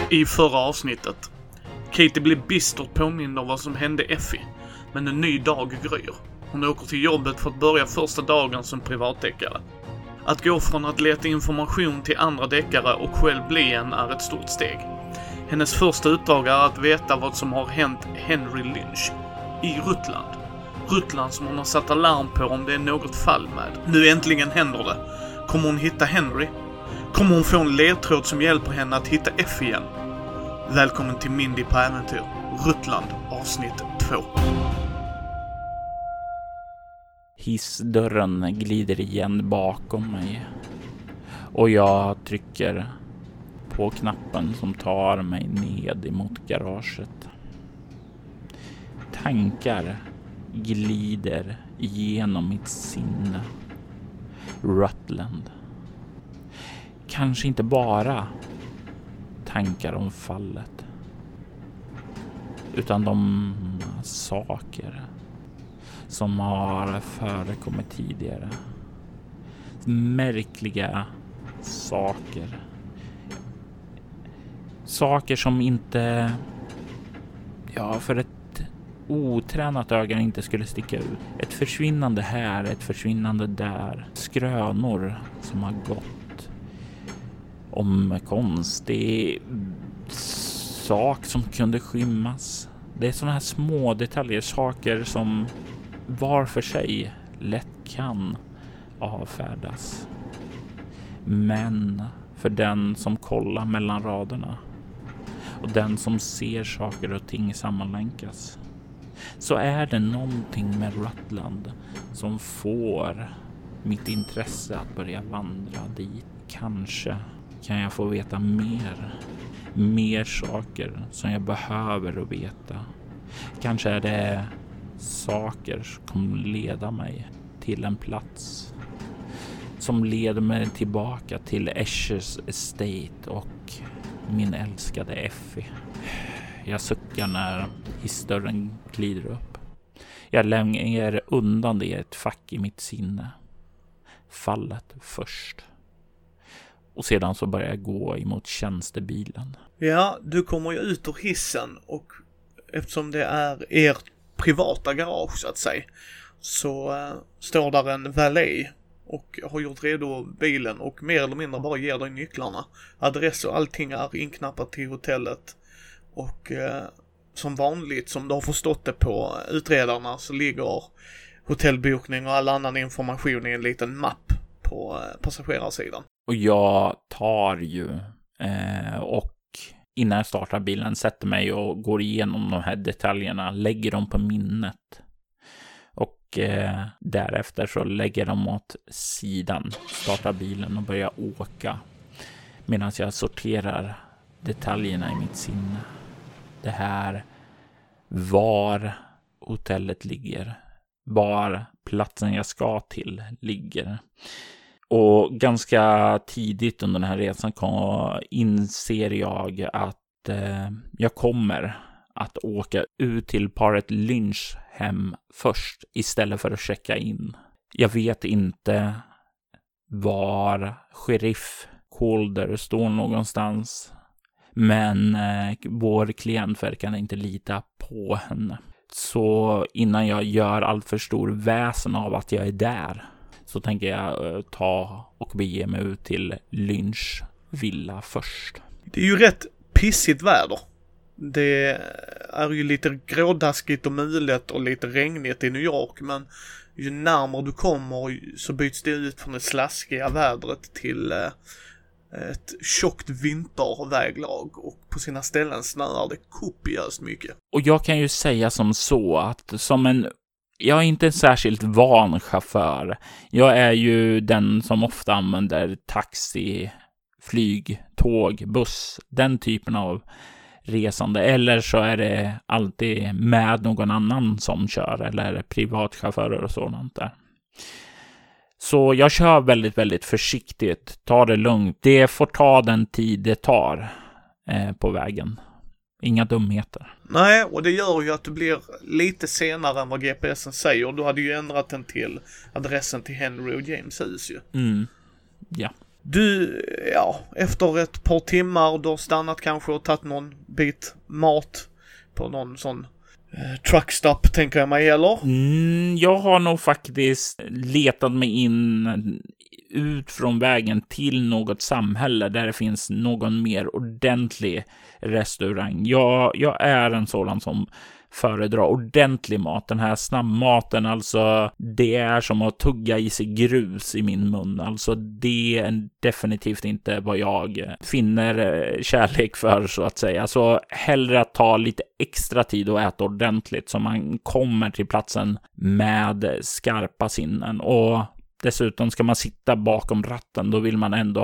I förra avsnittet. Katie blir bistert påmind om vad som hände Effie, men en ny dag gryr. Hon åker till jobbet för att börja första dagen som privatdeckare. Att gå från att leta information till andra deckare och själv bli en är ett stort steg. Hennes första uppdrag är att veta vad som har hänt Henry Lynch i Rutland. Rutland som hon har satt alarm på om det är något fall med. Nu äntligen händer det. Kommer hon hitta Henry? Kommer hon få en ledtråd som hjälper henne att hitta Effie igen? Välkommen till Mindy på äventyr. Rutland avsnitt 2. Hissdörren glider igen bakom mig och jag trycker på knappen som tar mig ned emot garaget. Tankar glider igenom mitt sinne. Rutland. Kanske inte bara tankar om fallet, utan de saker som har förekommit tidigare. Märkliga saker. Saker som inte, för ett otränat öga inte skulle sticka ut. Ett försvinnande här, ett försvinnande där. Skrönor som har gått. Om konstig sak som kunde skymmas. Det är såna här små detaljer, saker som var för sig lätt kan avfärdas. Men för den som kollar mellan raderna och den som ser saker och ting sammanlänkas, så är det någonting med Rutland som får mitt intresse att börja vandra dit. Kanske kan jag få veta mer saker som jag behöver att veta. Kanske är det saker som kommer leda mig till en plats som leder mig tillbaka till Esches Estate och min älskade Effie. Jag suckar när hissdörren glider upp. Jag lägger undan det i ett fack i mitt sinne. Fallet först. Och sedan så börjar jag gå emot tjänstebilen. Ja, du kommer ju ut ur hissen och eftersom det är ert privata garage så att säga, så står där en valet och har gjort redo bilen och mer eller mindre bara ger dig nycklarna. Adress och allting är inknappat till hotellet och som vanligt, som du har förstått det på utredarna, så ligger hotellbokning och all annan information i en liten mapp på passagerarsidan. Och jag tar ju och innan jag startar bilen sätter mig och går igenom de här detaljerna, lägger dem på minnet. Och därefter så lägger dem åt sidan, startar bilen och börjar åka. Medan jag sorterar detaljerna i mitt sinne. Det här, var hotellet ligger, var platsen jag ska till ligger. Och ganska tidigt under den här resan inser jag att jag kommer att åka ut till paret Lynch hem först istället för att checka in. Jag vet inte var sheriff Calder står någonstans, men vår klient verkar inte lita på henne. Så innan jag gör allt för stor väsen av att jag är där, så tänker jag ta och bege mig ut till Lynch villa först. Det är ju rätt pissigt väder. Det är ju lite grådaskigt och mulet och lite regnigt i New York, men ju närmare du kommer så byts det ut från det slaskiga vädret till ett tjockt vinterväglag och på sina ställen snöar det kopiöst mycket. Och jag kan ju säga som så att jag är inte en särskilt van chaufför. Jag är ju den som ofta använder taxi, flyg, tåg, buss, den typen av resande. Eller så är det alltid med någon annan som kör, eller privatchaufförer och sådant där. Så jag kör väldigt, väldigt försiktigt. Ta det lugnt. Det får ta den tid det tar på vägen. Inga dumheter. Nej, och det gör ju att du blir lite senare än vad GPSen säger. Du hade ju ändrat den till adressen till Henry och James hus ju. Ja. Efter ett par timmar du har stannat kanske och tagit någon bit mat på någon sån truckstop, tänker jag mig, eller? Jag har nog faktiskt letat mig in ut från vägen till något samhälle där det finns någon mer ordentlig restaurang. Jag är en sådan som föredrar ordentlig mat. Den här snabbmaten, alltså det är som att tugga i sig grus i min mun. Alltså det är definitivt inte vad jag finner kärlek för, så att säga. Så hellre att ta lite extra tid och äta ordentligt så man kommer till platsen med skarpa sinnen. Och dessutom ska man sitta bakom ratten, då vill man ändå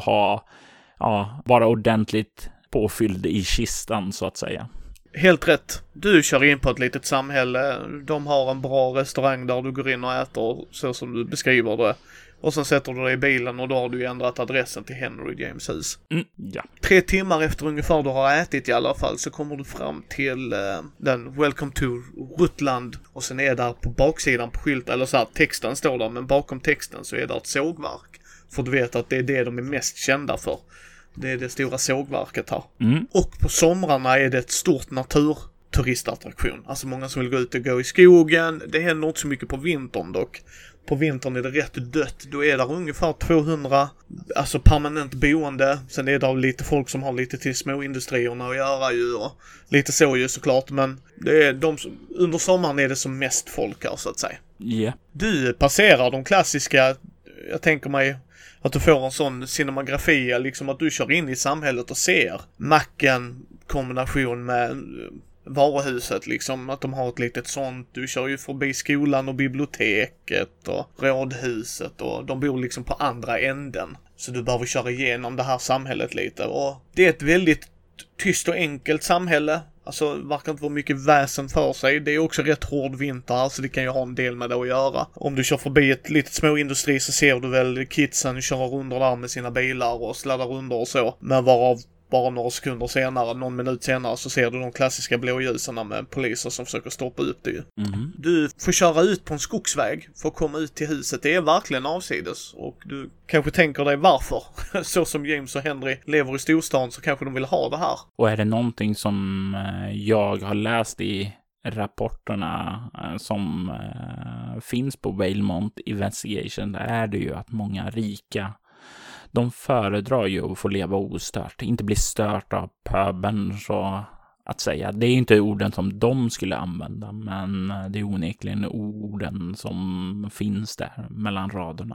vara ordentligt påfylld i kistan, så att säga. Helt rätt. Du kör in på ett litet samhälle. De har en bra restaurang där du går in och äter så som du beskriver det. Och sen sätter du dig i bilen och då har du ändrat adressen till Henry James hus. Ja. 3 timmar efter ungefär du har ätit i alla fall så kommer du fram till den Welcome to Rutland. Och sen är där på baksidan på skylten, eller så här, texten står där, men bakom texten så är det ett sågverk. För du vet att det är det de är mest kända för. Det är det stora sågverket här. Och på somrarna är det ett stort naturturistattraktion. Alltså många som vill gå ut och gå i skogen. Det händer inte så mycket på vintern dock. På vintern är det rätt dött. Då är det ungefär 200 alltså permanent boende. Sen är det lite folk som har lite till småindustrierna att göra ju. Och lite så ju såklart. Men det är under sommaren är det som mest folk här, så att säga. Yeah. Du passerar de klassiska, jag tänker mig att du får en sån cinematografia, liksom att du kör in i samhället och ser macken kombination med varuhuset, liksom att de har ett litet sånt. Du kör ju förbi skolan och biblioteket och rådhuset och de bor liksom på andra änden. Så du behöver köra igenom det här samhället lite, och det är ett väldigt tyst och enkelt samhälle. Alltså verkar inte vara mycket väsen för sig. Det är också rätt hård vinter här, så det kan ju ha en del med det att göra. Om du kör förbi ett litet småindustri så ser du väl kidsen köra runder där med sina bilar och sladdar runder och så. Men varav bara några sekunder senare, någon minut senare, så ser du de klassiska blåljusen med poliser som försöker stoppa upp det ju. Du får köra ut på en skogsväg för att komma ut till huset. Det är verkligen avsides. Och du kanske tänker dig varför. Så som James och Henry lever i storstan så kanske de vill ha det här. Och är det någonting som jag har läst i rapporterna som finns på Valemount Investigation, är det ju att många rika, de föredrar ju att få leva ostört, inte bli stört av pöbeln, så att säga. Det är inte orden som de skulle använda, men det är onekligen orden som finns där mellan raderna.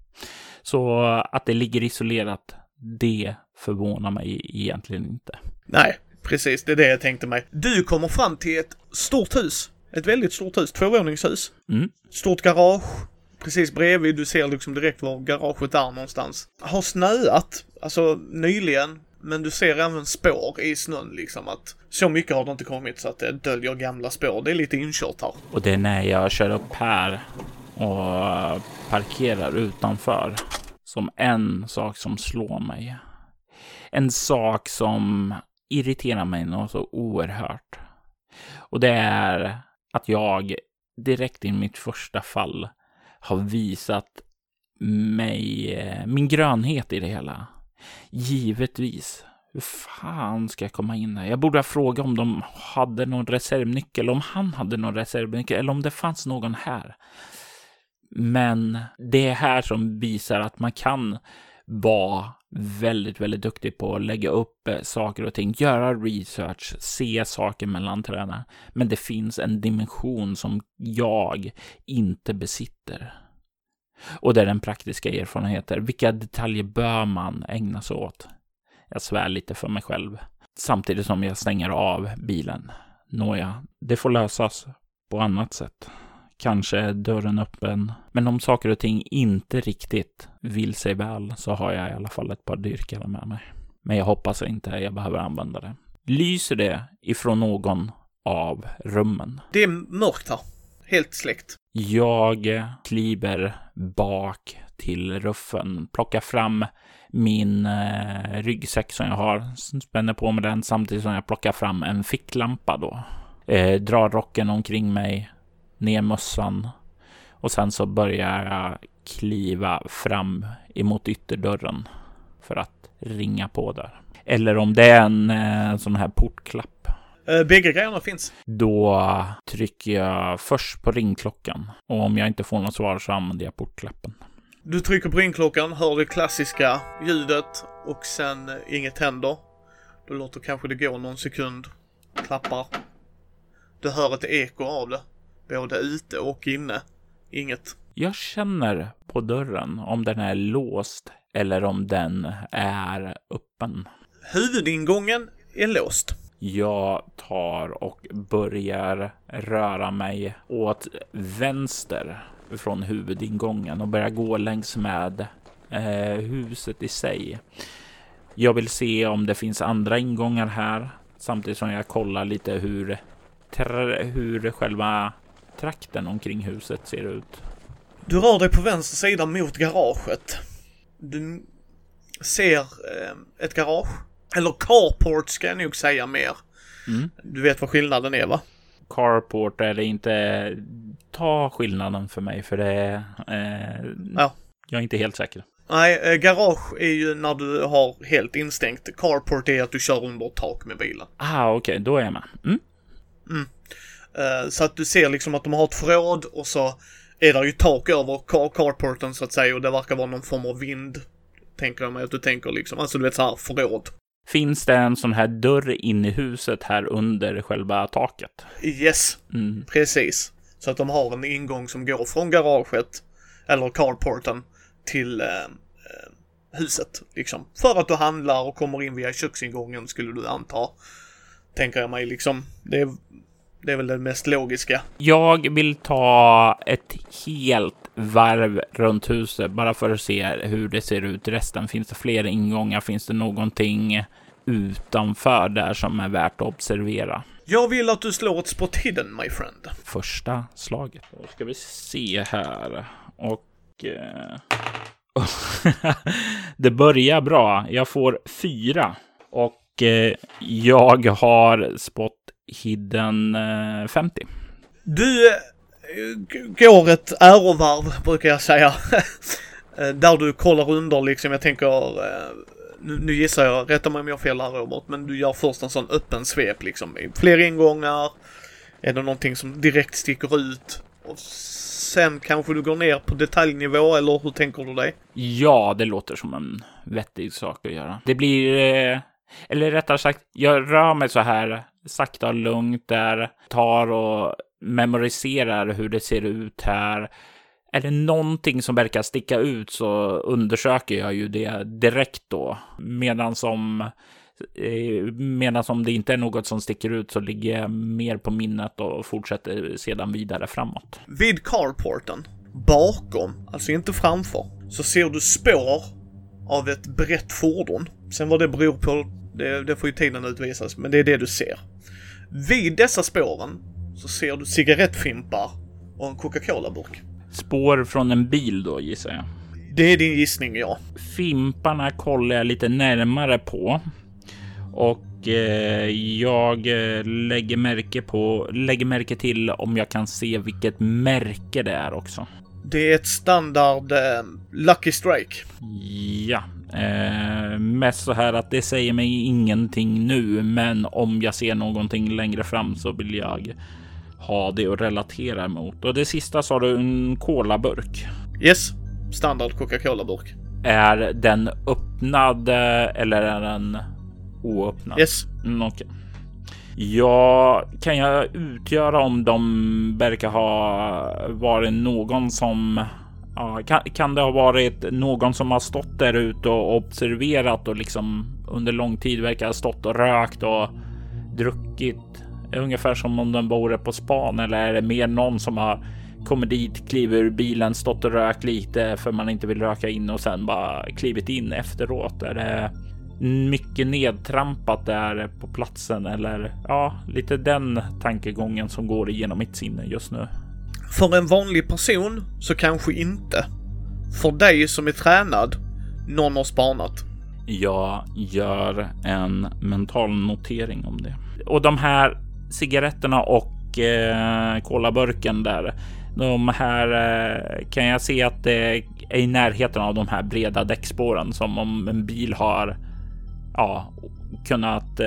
Så att det ligger isolerat, det förvånar mig egentligen inte. Nej, precis, det är det jag tänkte mig. Du kommer fram till ett stort hus, ett väldigt stort hus, 2-våningshus. Stort garage. Precis bredvid, du ser liksom direkt var garaget är någonstans. Har snöat, alltså nyligen, men du ser även spår i snön liksom, att så mycket har det inte kommit så att det döljer gamla spår. Det är lite inkört här. Och det är när jag kör upp här och parkerar utanför som en sak som slår mig. En sak som irriterar mig något så oerhört. Och det är att jag direkt i mitt första fall har visat mig min grönhet i det hela. Givetvis. Hur fan ska jag komma in här? Jag borde ha frågat om de hade någon reservnyckel, om han hade någon reservnyckel, eller om det fanns någon här. Men det är här som visar att man kan vara väldigt, väldigt duktig på att lägga upp saker och ting, göra research, se saker mellan träden. Men det finns en dimension som jag inte besitter. Och det är den praktiska erfarenheten. Vilka detaljer bör man ägna sig åt? Jag svär lite för mig själv. Samtidigt som jag stänger av bilen. Nåja, det får lösas på annat sätt. Kanske dörren öppen. Men om saker och ting inte riktigt vill sig väl så har jag i alla fall ett par dyrkare med mig. Men jag hoppas inte jag behöver använda det. Lyser det ifrån någon av rummen? Det är mörkt här. Helt släckt. Jag kliver bak till ruffen. Plockar fram min ryggsäck som jag har. Spänner på med den samtidigt som jag plockar fram en ficklampa då. Drar rocken omkring mig. Ner mössan. Och sen så börjar jag kliva fram emot ytterdörren. för att ringa på där. Eller om det är en sån här portklapp. Bägge grejerna finns. Då trycker jag först på ringklockan. Och om jag inte får något svar så använder jag portklappen. Du trycker på ringklockan, hör det klassiska ljudet och sen inget händer. Då låter kanske det gå någon sekund. Klappar. Du hör ett eko av det. Både ute och inne. Inget. Jag känner på dörren om den är låst eller om den är öppen. Huvudingången är låst. Jag tar och börjar röra mig åt vänster från huvudingången och börjar gå längs med huset i sig. Jag vill se om det finns andra ingångar här, samtidigt som jag kollar lite hur själva trakten omkring huset ser ut. Du rör dig på vänster sida mot garaget. Du ser ett garage. Eller carport ska jag nog säga mer. Du vet vad skillnaden är, va? Carport är det inte. Ta skillnaden för mig, för det ja. Jag är inte helt säker. Nej, garage är ju när du har helt instängt. Carport är att du kör under tak med bilen. Okej, då är jag med. Så att du ser liksom att de har ett förråd och så är det ju tak över carporten så att säga, och det verkar vara någon form av vind. Tänker jag mig att du tänker liksom, alltså du vet så här förråd. Finns det en sån här dörr in i huset här under själva taket? Yes, precis. Så att de har en ingång som går från garaget eller carporten till huset liksom. För att du handlar och kommer in via köksingången skulle du anta. Tänker jag mig liksom. Det är väl det mest logiska. Jag vill ta ett helt varv runt huset bara för att se hur det ser ut. Resten, finns det fler ingångar? Finns det någonting utanför där som är värt att observera? Jag vill att du slår ett spot hidden, my friend. Första slaget. Då ska vi se här. Och det börjar bra. Jag får 4. Och jag har spot hidden 50. Du går ett ärovarv, brukar jag säga. Där du kollar under liksom, jag tänker, nu gissar jag, rätta mig om jag har fel här Robert, men du gör först en sån öppen svep liksom. Fler ingångar, är det någonting som direkt sticker ut? Och sen kanske du går ner på detaljnivå, eller hur tänker du dig? Ja, det låter som en vettig sak att göra. Det blir, eller rättare sagt, jag rör mig så här sakta och lugnt där, tar och memoriserar hur det ser ut här. Är det någonting som verkar sticka ut så undersöker jag ju det direkt då. Medan om det inte är något som sticker ut så ligger jag mer på minnet och fortsätter sedan vidare framåt. Vid carporten, bakom, alltså inte framför, så ser du spår av ett brett fordon. Sen vad det beror på, det får ju tiden utvisas, men det är det du ser. Vid dessa spåren så ser du cigarettfimpar och en Coca-Cola-burk. Spår från en bil då, gissar jag. Det är din gissning, ja. Fimparna kollar jag lite närmare på. Och jag lägger märke till om jag kan se vilket märke det är också. Det är ett standard Lucky Strike. Ja, mest så här att det säger mig ingenting nu, men om jag ser någonting längre fram så vill jag ha det att relatera mot. Och det sista sa du en colaburk. Yes, standard Coca-Cola-burk. Är den öppnad eller är den oöppnad? Yes. Okej. Ja, kan jag utgöra om de verkar ha varit någon som... Ja, kan det ha varit någon som har stått där ute och observerat och liksom under lång tid verkar ha stått och rökt och druckit? Ungefär som om de vore på span, eller är det mer någon som har kommit dit, klivit ur bilen, stått och rökt lite för man inte vill röka in och sen bara klivit in efteråt? Är det mycket nedtrampat där på platsen, eller ja, lite den tankegången som går igenom mitt sinne just nu? För en vanlig person så kanske inte. För dig som är tränad, någon har spanat. Jag gör en mental notering om det. Och de här cigaretterna och colaburken där, De här kan jag se att det är i närheten av de här breda däckspåren, som om en bil har kunnat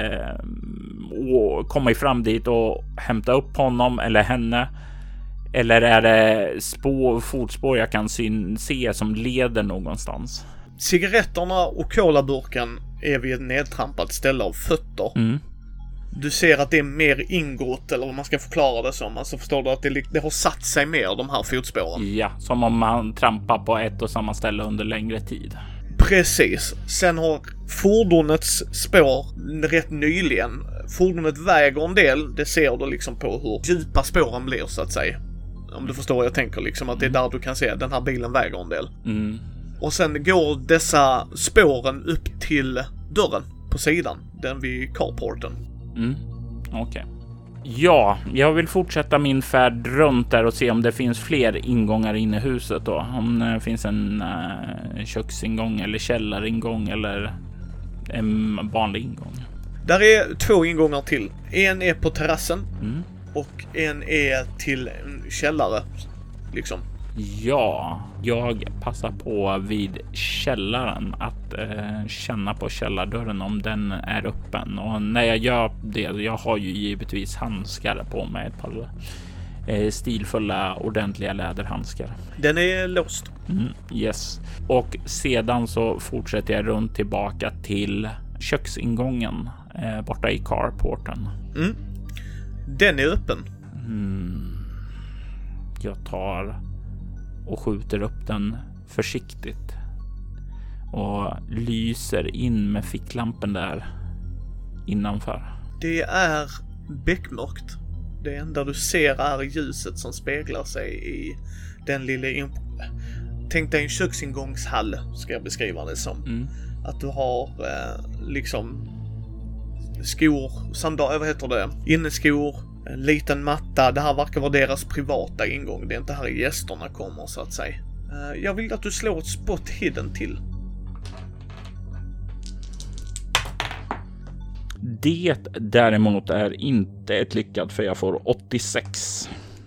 komma fram dit och hämta upp honom eller henne. Eller är det fotspår jag kan se som leder någonstans? Cigaretterna och colaburken är vid ett nedtrampat ställe av fötter. Du ser att det är mer ingrott, eller vad man ska förklara det som. Alltså förstår du att det har satt sig mer, de här fotspåren? Ja, som om man trampar på ett och samma ställe under längre tid. Precis. Sen har fordonets spår rätt nyligen. Fordonet väger en del, det ser du liksom på hur djupa spåren blir så att säga. Om du förstår vad jag tänker liksom, att det är där du kan se att den här bilen väger en del. Och sen går dessa spåren upp till dörren på sidan, den vid carporten. Okej. Ja, jag vill fortsätta min färd runt där och se om det finns fler ingångar inne i huset då. Om det finns en köksingång eller källaringång eller en vanlig ingång. Där är 2 ingångar till. En är på terrassen och en är till en källare liksom. Ja, jag passar på vid källaren att känna på källardörren om den är öppen. Och när jag gör det, jag har ju givetvis handskar på mig, ett par stilfulla, ordentliga läderhandskar. Den är låst. Yes. Och sedan så fortsätter jag runt tillbaka till köksingången borta i carporten. Den är öppen. Jag tar och skjuter upp den försiktigt och lyser in med ficklampen där innanför. Det är beckmörkt. Det enda du ser är ljuset som speglar sig i den lilla... Tänk dig en köksingångshall, ska jag beskriva det som. Att du har liksom skor, inneskor, en liten matta. Det här verkar vara deras privata ingång. Det är inte här gästerna kommer så att säga. Jag vill att du slår ett spot hidden till. Det däremot är inte ett lyckat, för jag får 86.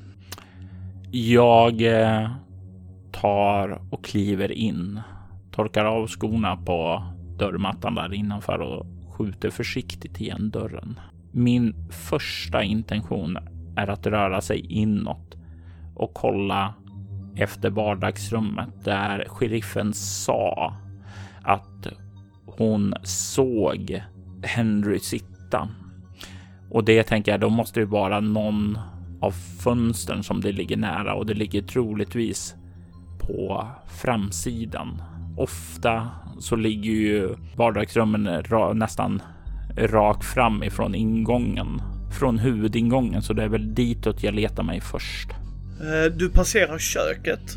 Jag tar och kliver in, torkar av skorna på dörrmattan där innanför och skjuter försiktigt igen dörren. Min första intention är att röra sig inåt och kolla efter vardagsrummet där sheriffen sa att hon såg Henry sitta. Och det tänker jag, då måste det vara någon av fönstren som det ligger nära, och det ligger troligtvis på framsidan. Ofta så ligger ju vardagsrummen nästan rakt fram ifrån ingången, från huvudingången, så det är väl ditåt jag letar mig först. Du passerar köket.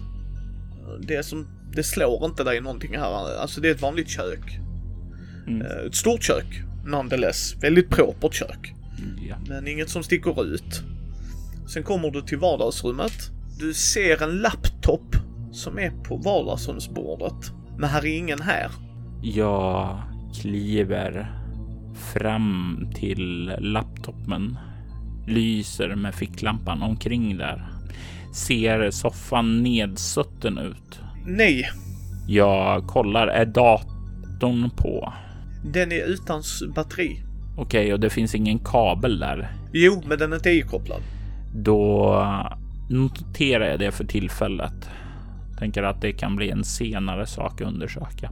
Det slår inte dig någonting här. Alltså det är ett vanligt kök. Ett stort kök, nonetheless. Väldigt propert kök. Ja. Men inget som sticker ut. Sen kommer du till vardagsrummet. Du ser en laptop som är på vardagsrumsbordet. Men här är ingen här. Jag kliver fram till laptopen, lyser med ficklampan omkring där. Ser soffan nedsutten ut? Nej. Jag kollar, är datorn på? Den är utan batteri. Okej, och det finns ingen kabel där? Jo, men den är inte ikopplad. Då noterar jag det för tillfället. Tänker att det kan bli en senare sak att undersöka.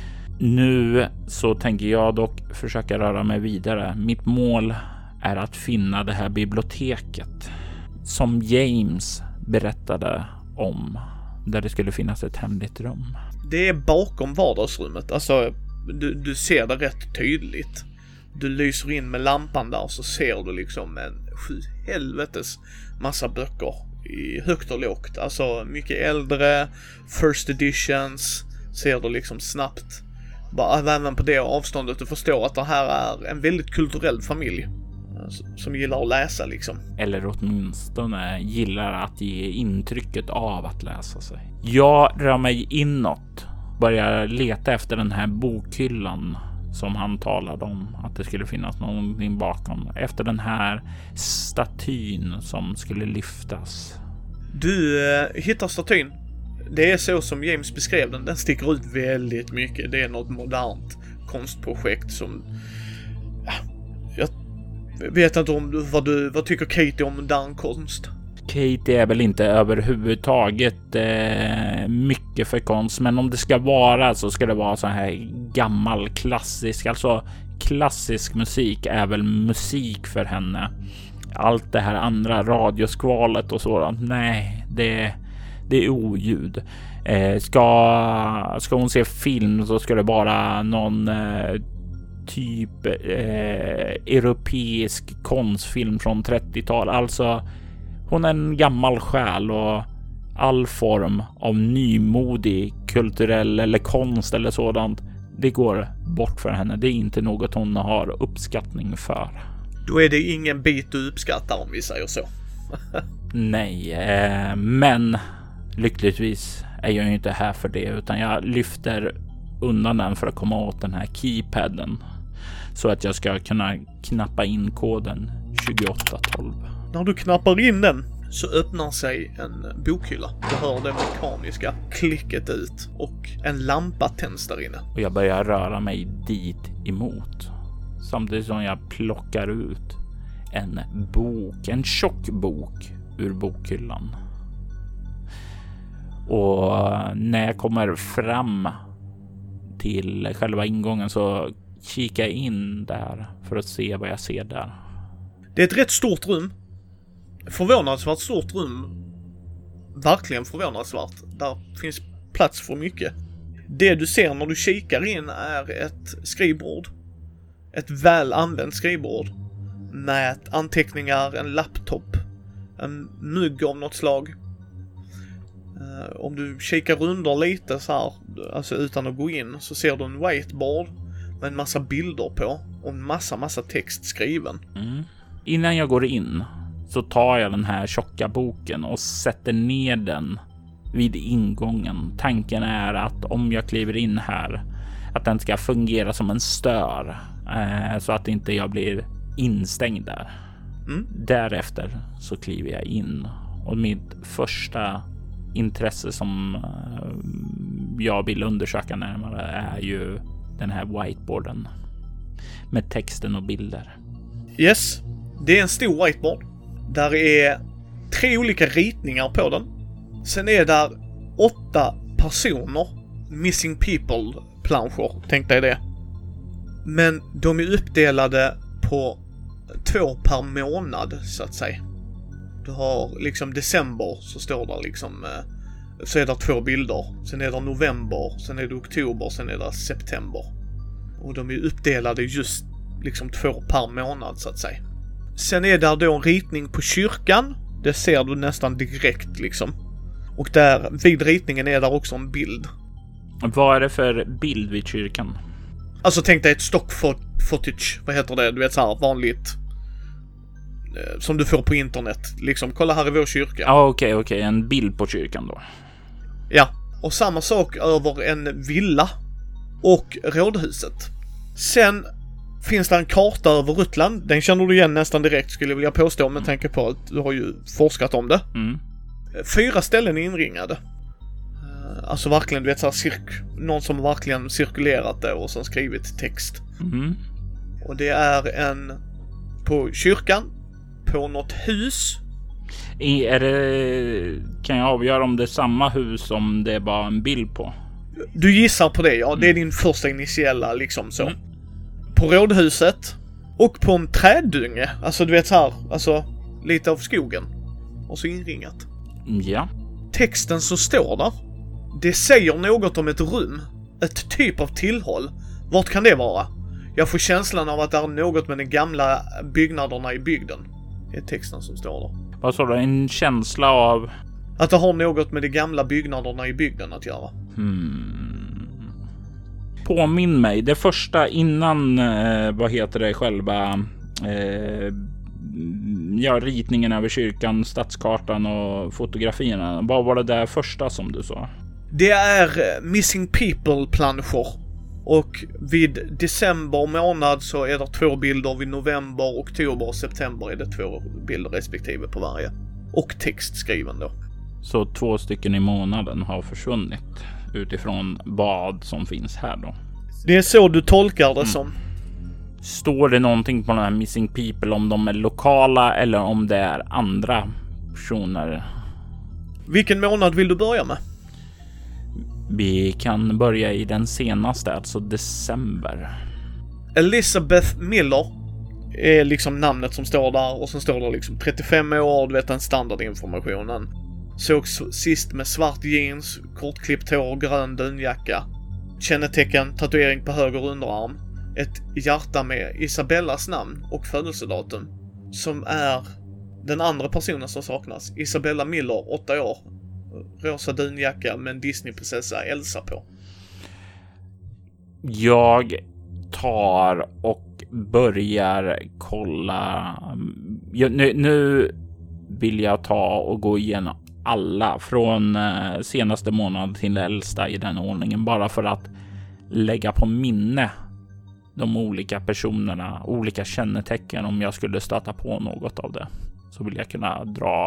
Nu så tänker jag dock försöka röra mig vidare. Mitt mål är att finna det här biblioteket som James berättade om, där det skulle finnas ett hemligt rum. Det är bakom vardagsrummet. Alltså, du ser det rätt tydligt. Du lyser in med lampan där, så ser du liksom en helvetes massa böcker i högt och lågt. Alltså mycket äldre, first editions, ser du liksom snabbt. Bara även på det avståndet du förstår att det här är en väldigt kulturell familj som gillar att läsa liksom. Eller åtminstone gillar att ge intrycket av att läsa sig. Jag rör mig inåt, börjar leta efter den här bokhyllan som han talade om att det skulle finnas någonting bakom. Efter den här statyn som skulle lyftas. Du hittar statyn. Det är så som James beskrev den. Den sticker ut väldigt mycket. Det är något modernt konstprojekt som... Jag vet inte om vad tycker Katie om modern konst? Katie är väl inte överhuvudtaget mycket för konst, men om det ska vara så ska det vara så här gammal klassisk, alltså klassisk musik är väl musik för henne. Allt det här andra, radioskvalet och sådant, nej, det är oljud. Ska hon se film så ska det vara någon typ europeisk konstfilm från 30-tal. Alltså hon är en gammal själ och all form av nymodig kulturell eller konst eller sådant, det går bort för henne. Det är inte något hon har uppskattning för. Då är det ingen bit du uppskattar om vi säger så. Nej, men lyckligtvis är jag ju inte här för det, utan jag lyfter undan den för att komma åt den här keypadden så att jag ska kunna knappa in koden 2812. När du knappar in den så öppnar sig en bokhylla. Du hör det mekaniska klicket ut och en lampa tänds där inne. Och jag börjar röra mig dit emot samtidigt som jag plockar ut en bok, en tjock bok ur bokhyllan. Och när jag kommer fram till själva ingången så kikar jag in där för att se vad jag ser där. Det är ett rätt stort rum. Förvånansvärt stort rum. Verkligen förvånansvärt. Där finns plats för mycket. Det du ser när du kikar in är ett skrivbord. Ett väl använt skrivbord. Med anteckningar, en laptop. En mugg av något slag. Om du kikar under lite så här, alltså utan att gå in, så ser du en whiteboard med en massa bilder på och en massa text skriven. Innan jag går in så tar jag den här tjocka boken och sätter ner den vid ingången. Tanken är att om jag kliver in här, att den ska fungera som en stör så att inte jag blir instängd där. Därefter så kliver jag in och mitt första intresse som jag vill undersöka närmare är ju den här whiteboarden med texten och bilder. Yes, det är en stor whiteboard. Där är 3 olika ritningar på den. Sen är där 8 personer, missing people planscher, tänk dig det. Men de är uppdelade på 2 per månad så att säga. Du har liksom december så står där liksom, så är det 2 bilder. Sen är det november, sen är det oktober, sen är det september. Och de är uppdelade just liksom 2 per månad så att säga. Sen är där då en ritning på kyrkan. Det ser du nästan direkt liksom. Och där vid ritningen är där också en bild. Vad är det för bild vid kyrkan? Alltså tänk dig ett stock footage. Vad heter det? Du vet så här vanligt som du får på internet. Liksom, kolla här i vår kyrka. Ja, okej. En bild på kyrkan då. Ja, och samma sak över en villa och rådhuset. Sen finns det en karta över Ruttland. Den känner du igen nästan direkt skulle jag vilja påstå med tanke på att du har ju forskat om det. 4 ställen är inringade. Alltså verkligen, du vet så här någon som verkligen cirkulerat det och sen skrivit text. Och det är en på kyrkan, på något hus. Kan jag avgöra om det är samma hus som det var en bild på? Du gissar på det, ja. Det är din första initiella liksom så. På rådhuset och på en träddynge. Alltså du vet så här, alltså lite av skogen. Och så inringat. Ja. Texten som står där, det säger något om ett rum. Ett typ av tillhåll. Vart kan det vara? Jag får känslan av att det är något med de gamla byggnaderna i bygden. Det är texten som står där. Vad sa du? En känsla av... Att det har något med de gamla byggnaderna i bygden att göra. Påminn mig. Det första innan, själva... ritningen över kyrkan, stadskartan och fotografierna. Vad var det där första som du sa? Det är missing people planscher. Och vid december månad så är det 2 bilder. Vid november, oktober och september är det 2 bilder respektive på varje. Och text skriven då. Så 2 stycken i månaden har försvunnit utifrån vad som finns här då. Det är så du tolkar det som. Står det någonting på den här Missing People om de är lokala eller om det är andra personer? Vilken månad vill du börja med? Vi kan börja i den senaste, alltså december. Elizabeth Miller är liksom namnet som står där, och sen står det liksom 35 år, du vet, den standardinformationen. Sågs sist med svart jeans, kortklippt hår, grön dunjacka. Kännetecken, tatuering på höger underarm. Ett hjärta med Isabellas namn och födelsedatum, som är den andra personen som saknas. Isabella Miller, 8 år. Rosa dunjacka med en Disneyprinsessa Elsa på. Jag tar och börjar kolla. Nu vill jag ta och gå igenom alla från senaste månad till äldsta i den ordningen, bara för att lägga på minne de olika personerna, olika kännetecken. Om jag skulle stöta på något av det, så vill jag kunna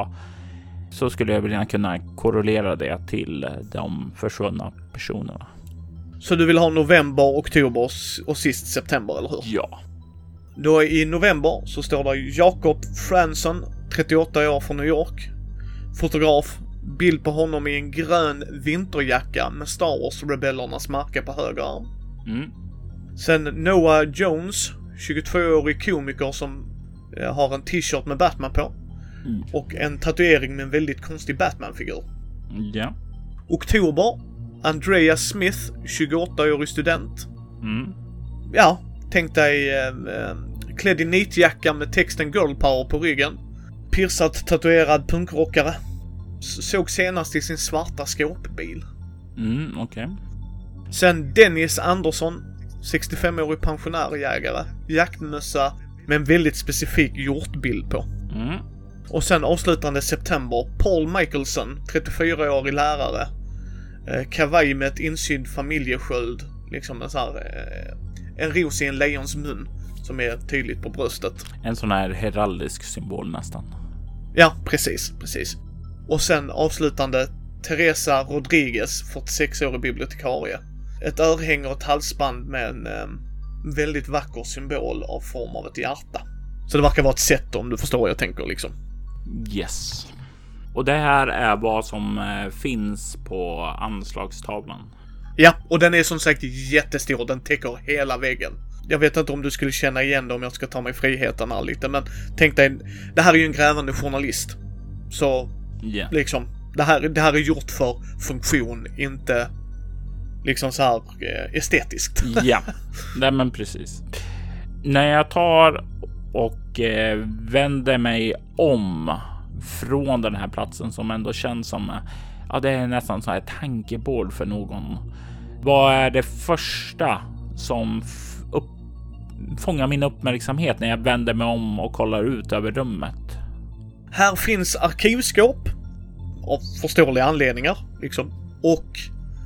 skulle jag vilja kunna korrelera det till de försvunna personerna. Så du vill ha november, oktober och sist september, eller hur? Ja. Då i november så står det Jacob Franson, 38 år, från New York. Fotograf. Bild på honom i en grön vinterjacka med Star Wars-rebellernas märke på höger arm. Sen Noah Jones, 22-årig komiker som har en t-shirt med Batman på. Och en tatuering med en väldigt konstig Batman-figur. Ja. Oktober, Andrea Smith, 28-årig student. Ja, tänk dig klädd i nitjacka med texten Girl Power på ryggen. Pirsat tatuerad punkrockare. Såg senast i sin svarta skåpbil. Okej. Sen Dennis Andersson, 65-årig pensionärjägare. Jaktmössa med en väldigt specifik hjortbild på. Och sen avslutande september, Paul Michelson, 34-årig lärare. Kavaj med ett insydd familjesköld. Liksom en sån här, en ros i en lejons mun som är tydligt på bröstet. En sån här heraldisk symbol nästan. Ja, precis. Och sen avslutande Teresa Rodriguez, 46-årig bibliotekarie. Ett örhänge och ett halsband med en väldigt vacker symbol av form av ett hjärta. Så det verkar vara ett sätt, om du förstår vad jag tänker liksom. Yes. Och det här är vad som finns på anslagstavlan. Ja, och den är som sagt jättestor. Den täcker hela väggen. Jag vet inte om du skulle känna igen det om jag ska ta mig friheten här lite, men tänk dig, det här är ju en grävande journalist. Så liksom, det här är gjort för funktion, inte liksom så här estetiskt. Ja, nej men precis. När jag tar och vänder mig om från den här platsen som ändå känns som, ja, det är nästan så här ett tankebord för någon. Vad är det första som fångar min uppmärksamhet när jag vänder mig om och kollar ut över rummet? Här finns arkivskåp av förståeliga anledningar liksom, och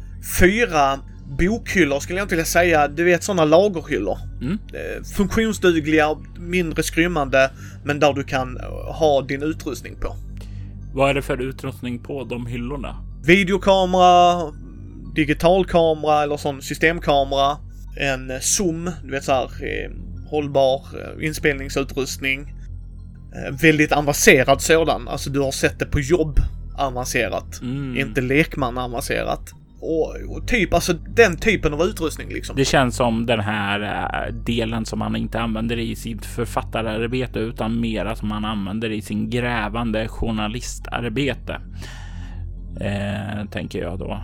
4 bokhyllor skulle jag inte vilja säga, du vet, sådana lagerhyllor. Funktionsdugliga, mindre skrymmande, men där du kan ha din utrustning på. Vad är det för utrustning på de hyllorna? Videokamera, digitalkamera eller sån systemkamera, en zoom, du vet, så här hållbar inspelningsutrustning. Väldigt avancerad sådan, alltså du har sett det på jobb avancerat, inte lekman avancerat. Och typ, alltså den typen av utrustning liksom. Det känns som den här delen som man inte använder i sitt författararbete, utan mera som man använder i sin grävande journalistarbete. Tänker jag då.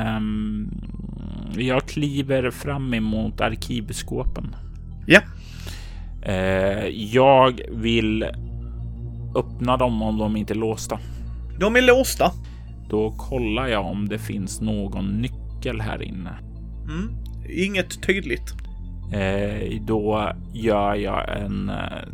Jag kliver fram emot arkivskåpen. Ja. Jag vill öppna dem om de inte är låsta. De är låsta. Då kollar jag om det finns någon nyckel här inne. Inget tydligt. Då gör jag en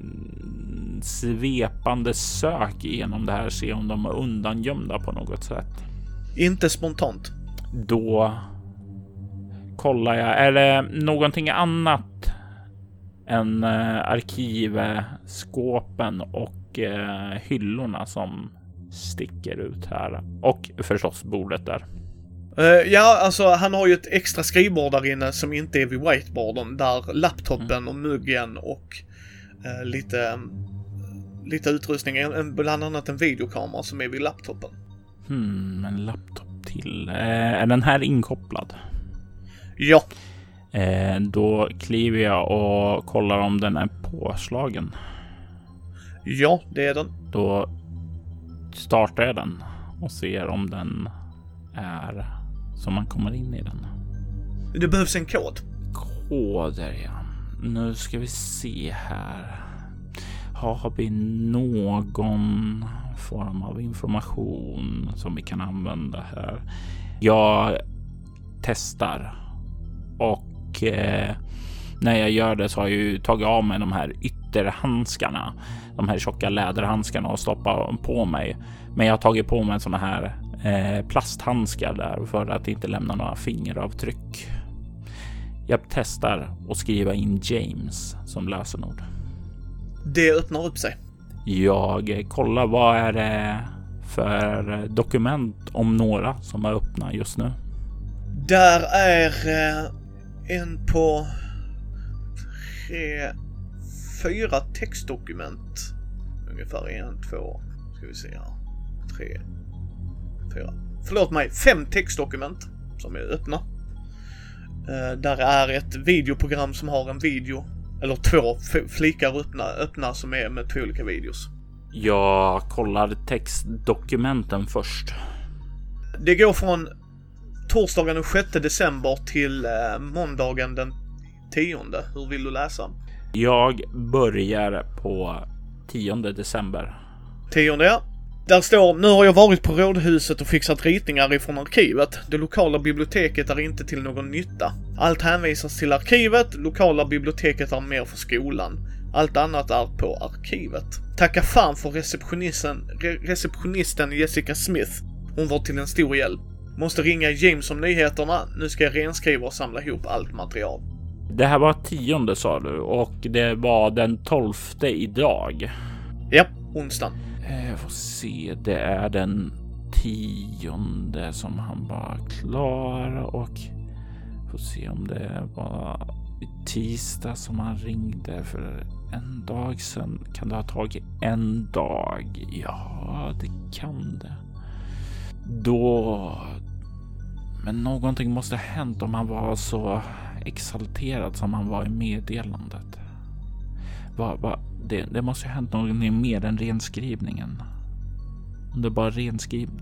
svepande sök igenom det här, se om de är undangömda på något sätt. Inte spontant. Då kollar jag, är det någonting annat än arkivskåpen och hyllorna som sticker ut här. Och förstås bordet där. Ja, alltså han har ju ett extra skrivbord där inne som inte är vid whiteboarden. Där laptopen och muggen och lite utrustning. Bland annat en videokamera som är vid laptopen. En laptop till. Är den här inkopplad? Ja. Då kliver jag och kollar om den är påslagen. Ja, det är den. Då startar jag den och ser om den är så man kommer in i den. Det behövs en kod. Koder, ja. Nu ska vi se här. Har vi någon form av information som vi kan använda här? Jag testar och när jag gör det så har jag ju tagit av mig de här ytterhandskarna, de här tjocka läderhandskarna och stoppat på mig. Men jag har tagit på mig såna här plasthandskar där för att inte lämna några fingeravtryck. Jag testar att skriva in James som lösenord. Det öppnar upp sig. Jag kollar vad är det för dokument om några som är öppna just nu. Där är en på 4 textdokument. Ungefär 1, 2, ska vi se här. 3, 4. Förlåt mig, 5 textdokument som är öppna. Där är ett videoprogram som har en video. Eller 2 flikar öppna som är med 2 olika videos. Jag kollar textdokumenten först. Det går från torsdagen den 6 december till måndagen den 10. Hur vill du läsa? Jag börjar på 10 december. 10, ja. Där står: nu har jag varit på rådhuset och fixat ritningar ifrån arkivet. Det lokala biblioteket är inte till någon nytta. Allt hänvisas till arkivet. Lokala biblioteket är mer för skolan. Allt annat är på arkivet. Tacka fan för receptionisten Jessica Smith. Hon var till en stor hjälp. Måste ringa James om nyheterna. Nu ska jag renskriva och samla ihop allt material. Det här var 10 sa du och det var den 12 idag. Ja, onsdagen. Jag får se, det är den 10 som han var klar och får se om det var tisdag som han ringde för en dag sedan. Kan det ha tagit en dag? Ja, det kan det. Då... Men någonting måste ha hänt om han var så exalterad som han var i meddelandet. Det måste ha hänt någonting mer än renskrivningen. Om det bara renskrivning.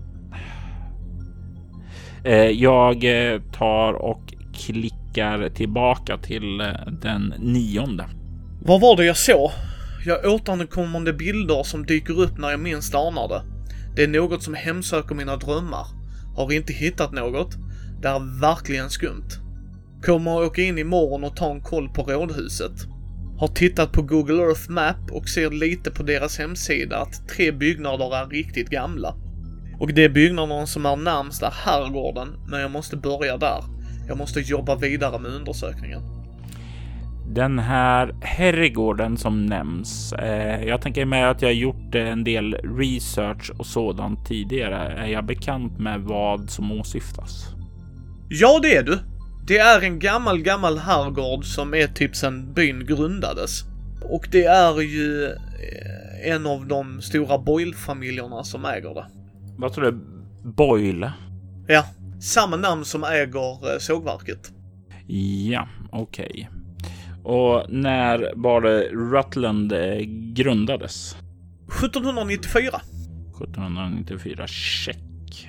Jag tar och klickar tillbaka till den 9. Vad var det jag såg? Jag återkommande bilder som dyker upp när jag minst anar det. Det är något som hemsöker mina drömmar. Har inte hittat något. Det är verkligen skumt. Kommer att åka in imorgon och ta en koll på rådhuset. Har tittat på Google Earth Map och ser lite på deras hemsida att 3 byggnader är riktigt gamla. Och det är byggnaderna som är närmsta herrgården, men jag måste börja där. Jag måste jobba vidare med undersökningen. Den här herrgården som nämns, jag tänker mig att jag har gjort en del research och sådant tidigare. Är jag bekant med vad som åsyftas? Ja, det är du. Det är en gammal herrgård som är typ sedan byn grundades. Och det är ju en av de stora Boyle-familjerna som äger det. Vad tror du? Boyle? Ja, samma namn som äger sågverket. Ja, okej. Och när var det Rutland grundades? 1794. 1794, check.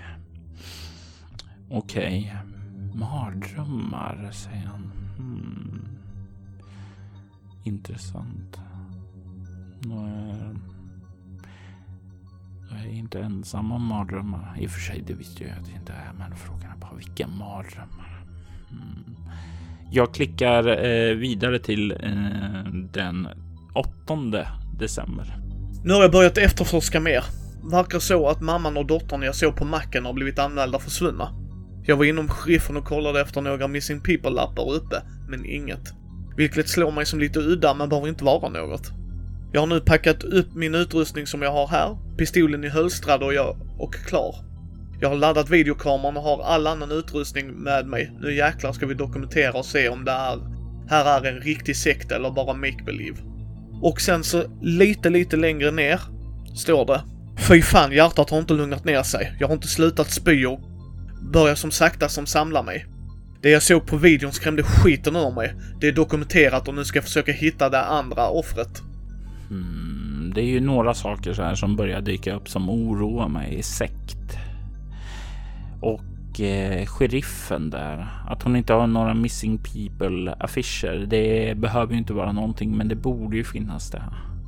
Okej. Mardrömmar, säger han. Intressant. Jag är inte ensam om mardrömmar. I och för sig, det visste jag att det inte är. Men frågan är bara vilka mardrömmar. Jag klickar vidare till den 8 december. Nu har jag börjat efterforska mer. Verkar så att mamman och dottern jag såg på macken har blivit anmälda försvunna. Jag var inom sheriffen och kollade efter några missing people-lappar uppe, men inget. Vilket slår mig som lite udda, men behöver inte vara något. Jag har nu packat upp min utrustning som jag har här, pistolen i hölstrad och klar. Jag har laddat videokameran och har all annan utrustning med mig. Nu jäklar ska vi dokumentera och se om det här är en riktig sekt eller bara make-believe. Och sen så lite längre ner står det: fy fan, hjärtat har inte lugnat ner sig. Jag har inte slutat spy och börjar som sakta som samlar mig. Det jag såg på videon skrämde skiten ur mig. Det är dokumenterat och nu ska jag försöka hitta det andra offret. Det är ju några saker så här som börjar dyka upp som oroar mig i sekt. Och sheriffen där, att hon inte har några missing people affischer, det behöver ju inte vara någonting, men det borde ju finnas det.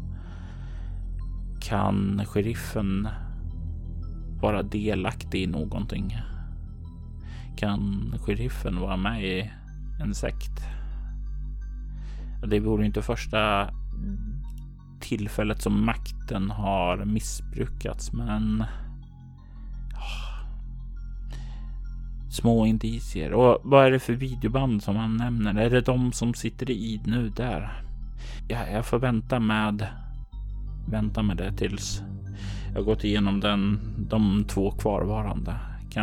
Kan sheriffen vara delaktig i någonting? Kan sheriffen vara med i en sekt? Det vore inte första tillfället som makten har missbrukats, men små indicier. Och vad är det för videoband som han nämner? Är det de som sitter i nu där? Ja, jag får vänta med det tills jag gått igenom de 2 kvarvarande.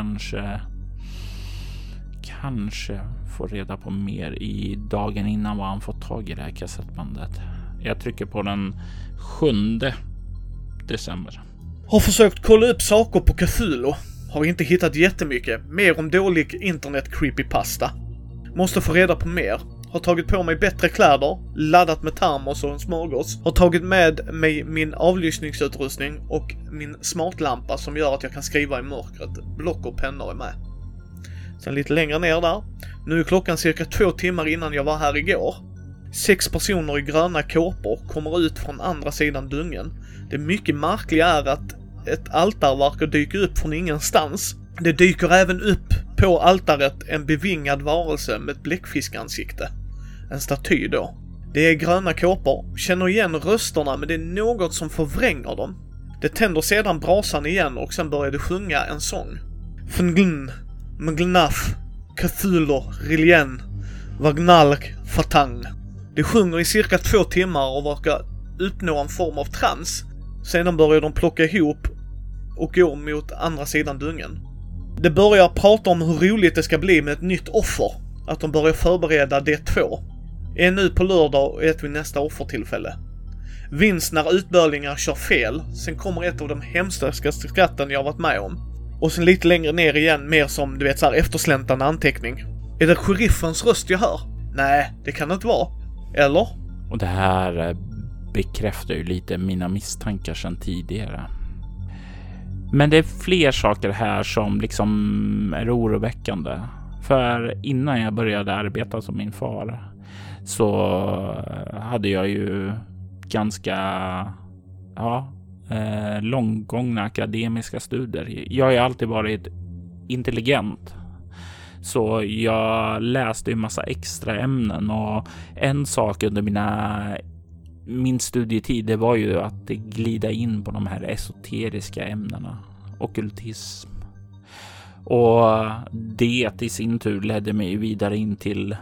Kanske få reda på mer i dagen innan vad han fått tag i det här kassettbandet. Jag trycker på den 7 december. Har försökt kolla upp saker på Cthulhu. Har inte hittat jättemycket. Mer om dålig internet creepypasta. Måste få reda på mer. Har tagit på mig bättre kläder. Laddat med termos och en smörgås. Har tagit med mig min avlyssningsutrustning och min smartlampa som gör att jag kan skriva i mörkret. Block och pennor är med. Sen lite längre ner där. Nu är klockan cirka 2 timmar innan jag var här igår. 6 personer i gröna kåpor kommer ut från andra sidan dungen. Det mycket märkliga är att ett altare verkar dyka upp från ingenstans. Det dyker även upp på altaret en bevingad varelse med ett bläckfiskansikte. En staty då. Det är gröna kåpor. Känner igen rösterna, men det är något som förvränger dem. Det tänder sedan brasan igen och sen börjar det sjunga en sång. Fngln, Mglnaf, Cthulhu, Rilien, Vagnalk, Fatang. Det sjunger i cirka 2 timmar och verkar uppnå en form av trans. Sedan börjar de plocka ihop och gå mot andra sidan dungen. Det börjar prata om hur roligt det ska bli med ett nytt offer. Att de börjar förbereda det 2. En nu på lördag och ett vid nästa offertillfälle. Vinst när utbörlingar kör fel. Sen kommer ett av de hemskaste skratten jag varit med om. Och sen lite längre ner igen, mer som du vet så här eftersläntande anteckning. Är det sheriffens röst jag hör? Nej, det kan det inte vara. Eller? Och det här bekräftar ju lite mina misstankar sedan tidigare. Men det är fler saker här som liksom är oroväckande. För innan jag började arbeta som min far så hade jag ju ganska långgångna akademiska studier. Jag har ju alltid varit intelligent. Så jag läste ju massa extra ämnen och en sak under min studietid, det var ju att glida in på de här esoteriska ämnena, ockultism. Och det i sin tur ledde mig vidare in till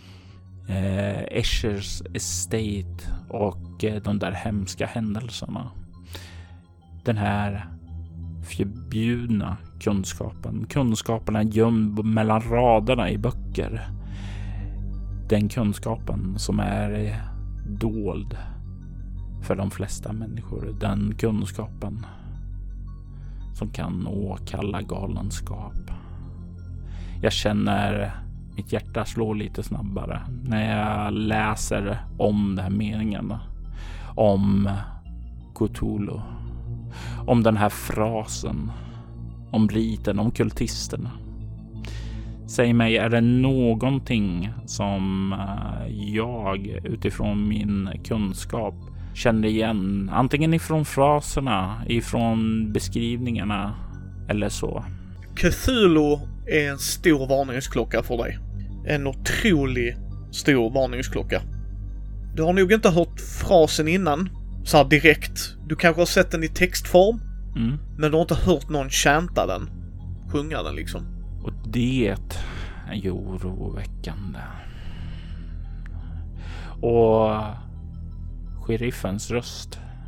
Eschers Estate och de där hemska händelserna. Den här förbjudna kunskaperna gömd mellan raderna i böcker. Den kunskapen som är dold för de flesta människor. Den kunskapen som kan åkalla galenskap. Jag känner mitt hjärta slå lite snabbare när jag läser om de här meningarna. Om Cthulhu. Om den här frasen. Om riten, om kultisterna. Säg mig, är det någonting som jag utifrån min kunskap känner igen? Antingen ifrån fraserna, ifrån beskrivningarna eller så. Cthulhu är en stor varningsklocka för dig. En otroligt stor varningsklocka. Du har nog inte hört frasen innan, så här direkt. Du kanske har sett den i textform, men du har inte hört någon chanta den. Sjunga den liksom. Och det är ju oroväckande. Och sheriffens röst,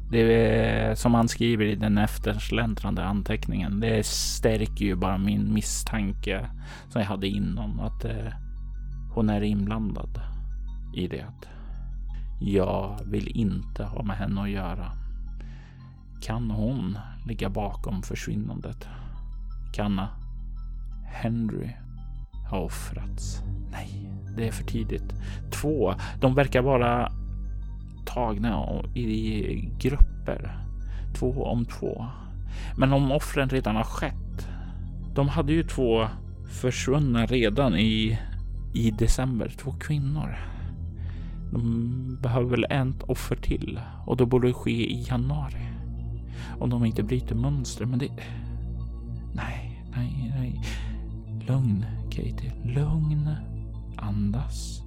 Det är, som han skriver i den eftersläntrande anteckningen, det stärker ju bara min misstanke som jag hade innan, att hon är inblandad i det. Jag vill inte ha med henne att göra. Kan hon ligga bakom försvinnandet? Kan Henry ha offrats? Nej, det är för tidigt. 2, de verkar vara tagna i grupper. 2 om 2. Men om offren redan har skett. De hade ju 2 försvunna redan i december. 2 kvinnor. De behöver väl ett offer till. Och då borde det ske i januari. Om de inte bryter mönster. Men det... Nej. Lugn, Katie. Lugn. Andas.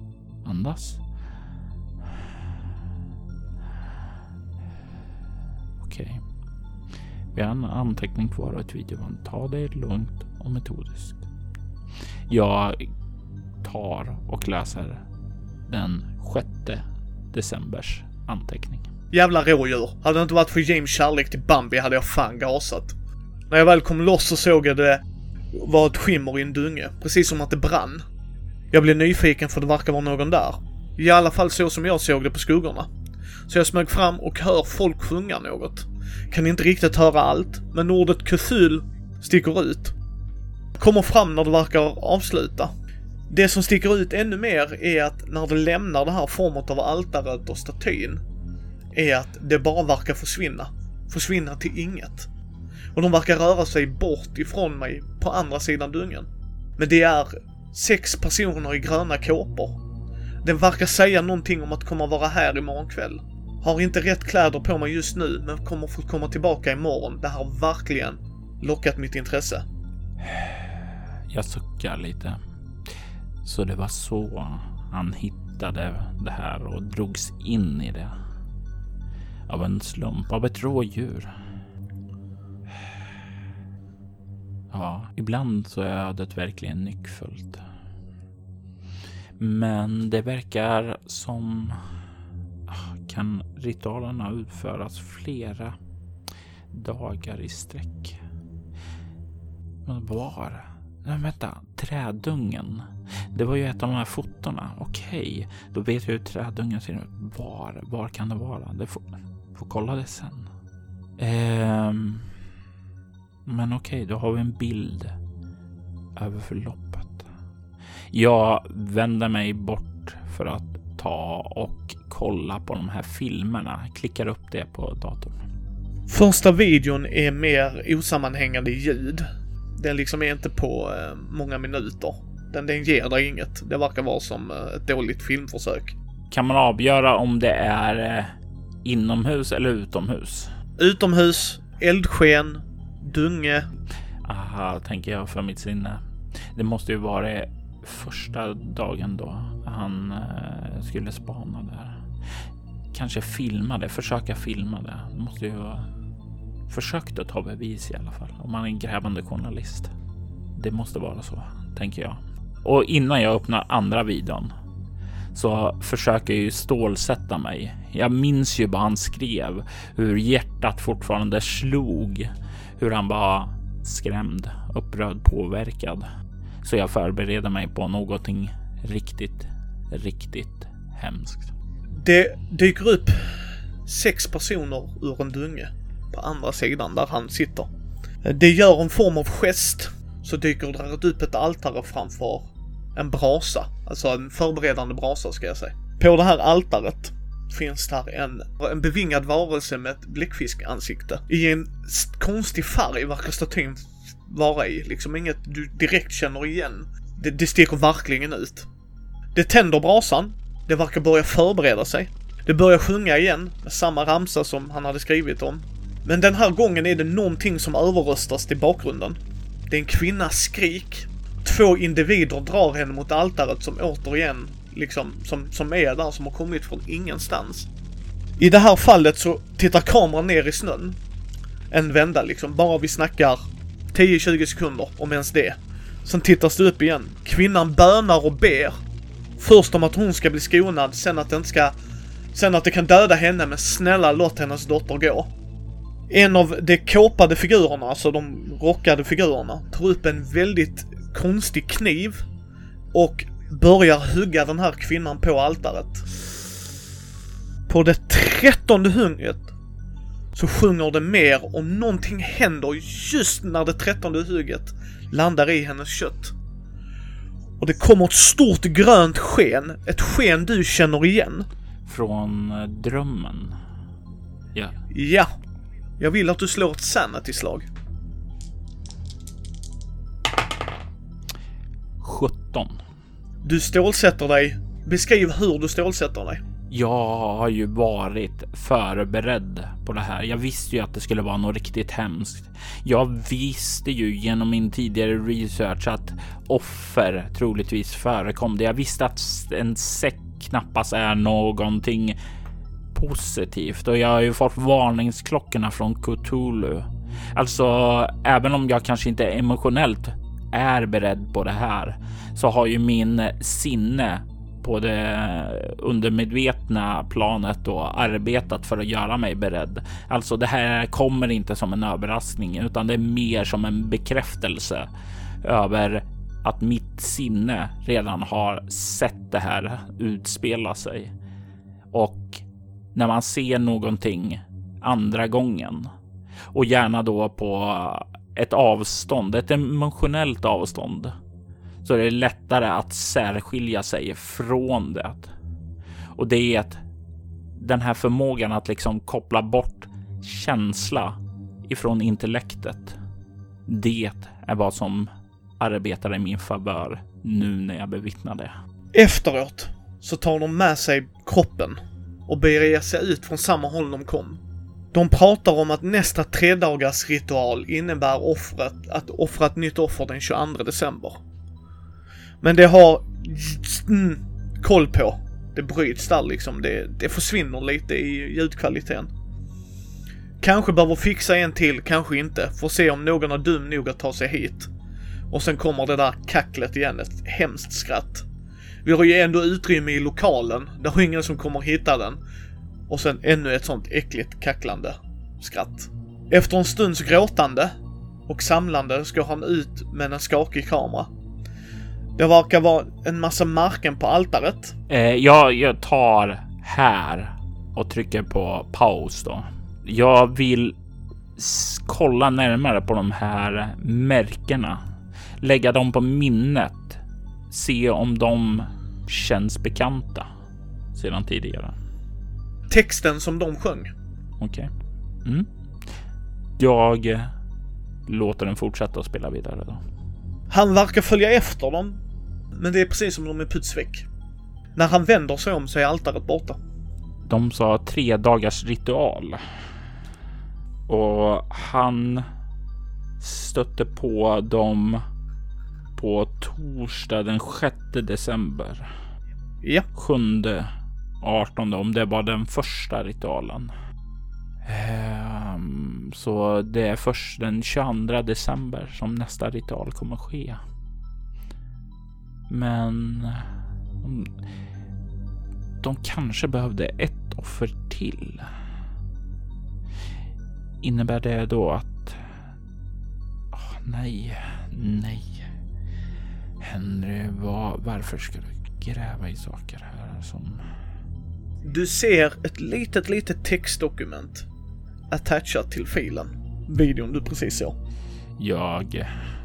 Okej. Vi har en anteckning kvar och ett videoband. Ta det lugnt och metodiskt. Jag tar och läser den 6 decembers anteckning. Jävla rådjur. Hade det inte varit för James kärlek till Bambi hade jag fan gasat. När jag väl kom loss så såg jag det var ett skimmer i en dunge. Precis som att det brann. Jag blev nyfiken för det verkar vara någon där. I alla fall så som jag såg det på skuggorna. Så jag smög fram och hör folk sjunga något. Kan inte riktigt höra allt, men ordet Cthulhu sticker ut. Kommer fram när det verkar avsluta. Det som sticker ut ännu mer är att när det lämnar det här formet av altaret och statyn är att det bara verkar försvinna. Försvinna till inget. Och de verkar röra sig bort ifrån mig på andra sidan dungen. Men det är 6 personer i gröna kåpor. Den verkar säga någonting om att komma vara här imorgon kväll. Har inte rätt kläder på mig just nu, men kommer få komma tillbaka imorgon. Det har verkligen lockat mitt intresse. Jag suckar lite. Så det var så han hittade det här och drogs in i det. Av en slump, av ett rådjur. Ja, ibland så är ödet verkligen nyckfullt. Men det verkar som... Kan ritualerna utföras flera dagar i sträck? Men var? Nej, vänta, trädungen. Det var ju ett av de här fotorna. Okej, då vet jag hur trädungen ser ut. Var kan det vara? Det får kolla det sen. Men okej, då har vi en bild över förloppet. Jag vänder mig bort för att ta och kolla på de här filmerna. Klickar upp det på datorn. Första videon är mer osammanhängande ljud. Den liksom är inte på många minuter. Den ger dig inget. Det verkar vara som ett dåligt filmförsök. Kan man avgöra om det är inomhus eller utomhus? Utomhus, eldsken, dunge. Aha, tänker jag för mitt sinne. Det måste ju vara första dagen då han skulle spana där. Kanske försöka filma det. Måste ju försökt att ta bevis i alla fall. Om man är en grävande journalist. Det måste vara så, tänker jag. Och innan jag öppnar andra videon så försöker jag ju stålsätta mig. Jag minns ju vad han skrev. Hur hjärtat fortfarande slog. Hur han var skrämd, upprörd, påverkad. Så jag förbereder mig på någonting riktigt hemskt. Det dyker upp 6 personer ur en dunge på andra sidan där han sitter. Det gör en form av gest, så dyker det upp ett altare framför en brasa. Alltså en förberedande brasa ska jag säga. På det här altaret finns där en bevingad varelse med ett bläckfiskansikte. I en konstig färg verkar statyn vara i. Liksom inget du direkt känner igen. Det sticker verkligen ut. Det tänder brasan. Det verkar börja förbereda sig. Det börjar sjunga igen med samma ramsa som han hade skrivit om. Men den här gången är det någonting som överröstas till bakgrunden. Det är en kvinnas skrik. 2 individer drar henne mot altaret som återigen liksom, som är där, som har kommit från ingenstans. I det här fallet så tittar kameran ner i snön. En vända liksom, bara vi snackar 10-20 sekunder, om ens det. Sen tittas det upp igen. Kvinnan bönar och ber. Först om att hon ska bli skonad, sen att det inte ska Sen att det kan döda henne, men snälla låt hennes dotter gå. En av de kåpade figurerna, alltså de rockade figurerna, tar upp en väldigt konstig kniv och börjar hugga den här kvinnan på altaret. På det 13:e hugget så sjunger det mer och någonting händer just när det 13:e hugget landar i hennes kött. Och det kommer ett stort grönt sken, ett sken du känner igen. Från drömmen. Ja. Ja. Jag vill att du slår ett sanity-slag. 17. Du stålsätter dig. Beskriv hur du stålsätter dig. Jag har ju varit förberedd på det här. Jag visste ju att det skulle vara något riktigt hemskt. Jag visste ju genom min tidigare research att offer troligtvis förekom. Jag visste att en säck knappast är någonting positivt. Och jag har ju fått varningsklockorna från Cthulhu. Alltså, även om jag kanske inte emotionellt är beredd på det här, så har ju min sinne på det undermedvetna planet då arbetat för att göra mig beredd. Alltså det här kommer inte som en överraskning, utan det är mer som en bekräftelse över att mitt sinne redan har sett det här utspela sig. Och när man ser någonting andra gången, och gärna då på ett avstånd, ett emotionellt avstånd, så är det lättare att särskilja sig från det. Och det är att den här förmågan att liksom koppla bort känsla ifrån intellektet, det är vad som arbetar i min favör nu när jag bevittnar det. Efteråt så tar de med sig kroppen och beger sig ut från samma håll de kom. De pratar om att nästa 3-dagars ritual innebär att offra ett nytt offer den 22 december. Men det har koll på. Det bryts där liksom. Det försvinner lite i ljudkvaliteten. Kanske behöver fixa en till, kanske inte. Får se om någon är dum nog att ta sig hit. Och sen kommer det där kacklet igen, ett hemskt skratt. Vi har ju ändå utrymme i lokalen. Det har ingen som kommer hitta den. Och sen ännu ett sånt äckligt kacklande skratt. Efter en stunds gråtande och samlande ska han ut med en skakig kamera. Det verkar vara en massa marken på altaret. Jag tar här och trycker på paus då. Jag vill kolla närmare på de här märkena. Lägga dem på minnet. Se om de känns bekanta sedan tidigare. Texten som de sjöng. Okej. Jag låter den fortsätta att spela vidare då. Han verkar följa efter dem, men det är precis som de är putsväck. När han vänder sig om så är altaret borta. De sa 3 dagars ritual. Och han stötte på dem på torsdag den 6 december. Ja. 7, 18, om det var den första ritualen. Så det är först den 22 december som nästa ritual kommer ske. Men de kanske behövde ett offer till. Innebär det då att nej Henry, varför ska du gräva i saker här som... Du ser ett litet textdokument attachat till filen. Videon du precis såg. Jag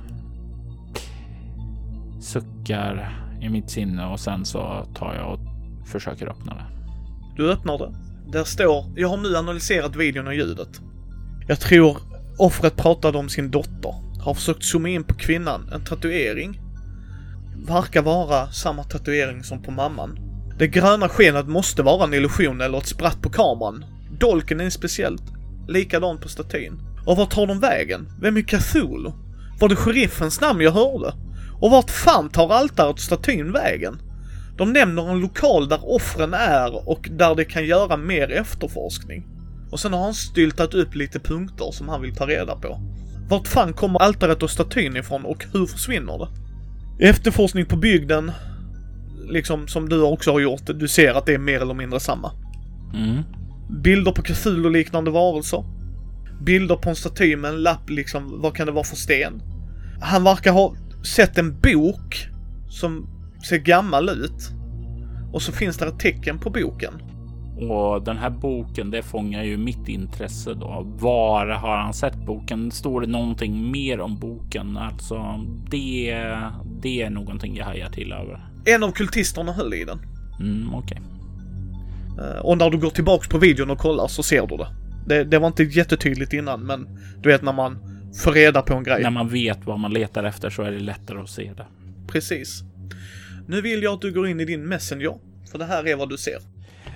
suckar i mitt sinne och sen så tar jag och försöker öppna det. Du öppnar det. Där står: jag har nu analyserat videon och ljudet. Jag tror offret pratade om sin dotter. Har försökt zooma in på kvinnan. En tatuering. Verkar vara samma tatuering som på mamman. Det gröna skenet måste vara en illusion eller ett spratt på kameran. Dolken är speciellt. Likadant på statyn. Och vart tar de vägen? Vem är Cthulhu? Var det sheriffens namn jag hörde? Och vart fan tar altaret och statyn vägen? De nämner en lokal där offren är och där det kan göra mer efterforskning. Och sen har han styltat upp lite punkter som han vill ta reda på. Vart fan kommer altaret och statyn ifrån och hur försvinner det? Efterforskning på bygden, liksom som du också har gjort, du ser att det är mer eller mindre samma. Bilder på Cthulhu-liknande varelser. Bilder på en staty med en lapp, liksom, vad kan det vara för sten? Han verkar ha sett en bok som ser gammal ut. Och så finns det ett tecken på boken. Och den här boken, det fångar ju mitt intresse då. Var har han sett boken? Står det någonting mer om boken? Alltså, det är någonting jag hajar till över. En av kultisterna höll i den. Okej. Och när du går tillbaks på videon och kollar så ser du det. Det var inte jättetydligt innan, men du vet när man får reda på en grej. När man vet vad man letar efter så är det lättare att se det. Precis. Nu vill jag att du går in i din Messenger, för det här är vad du ser.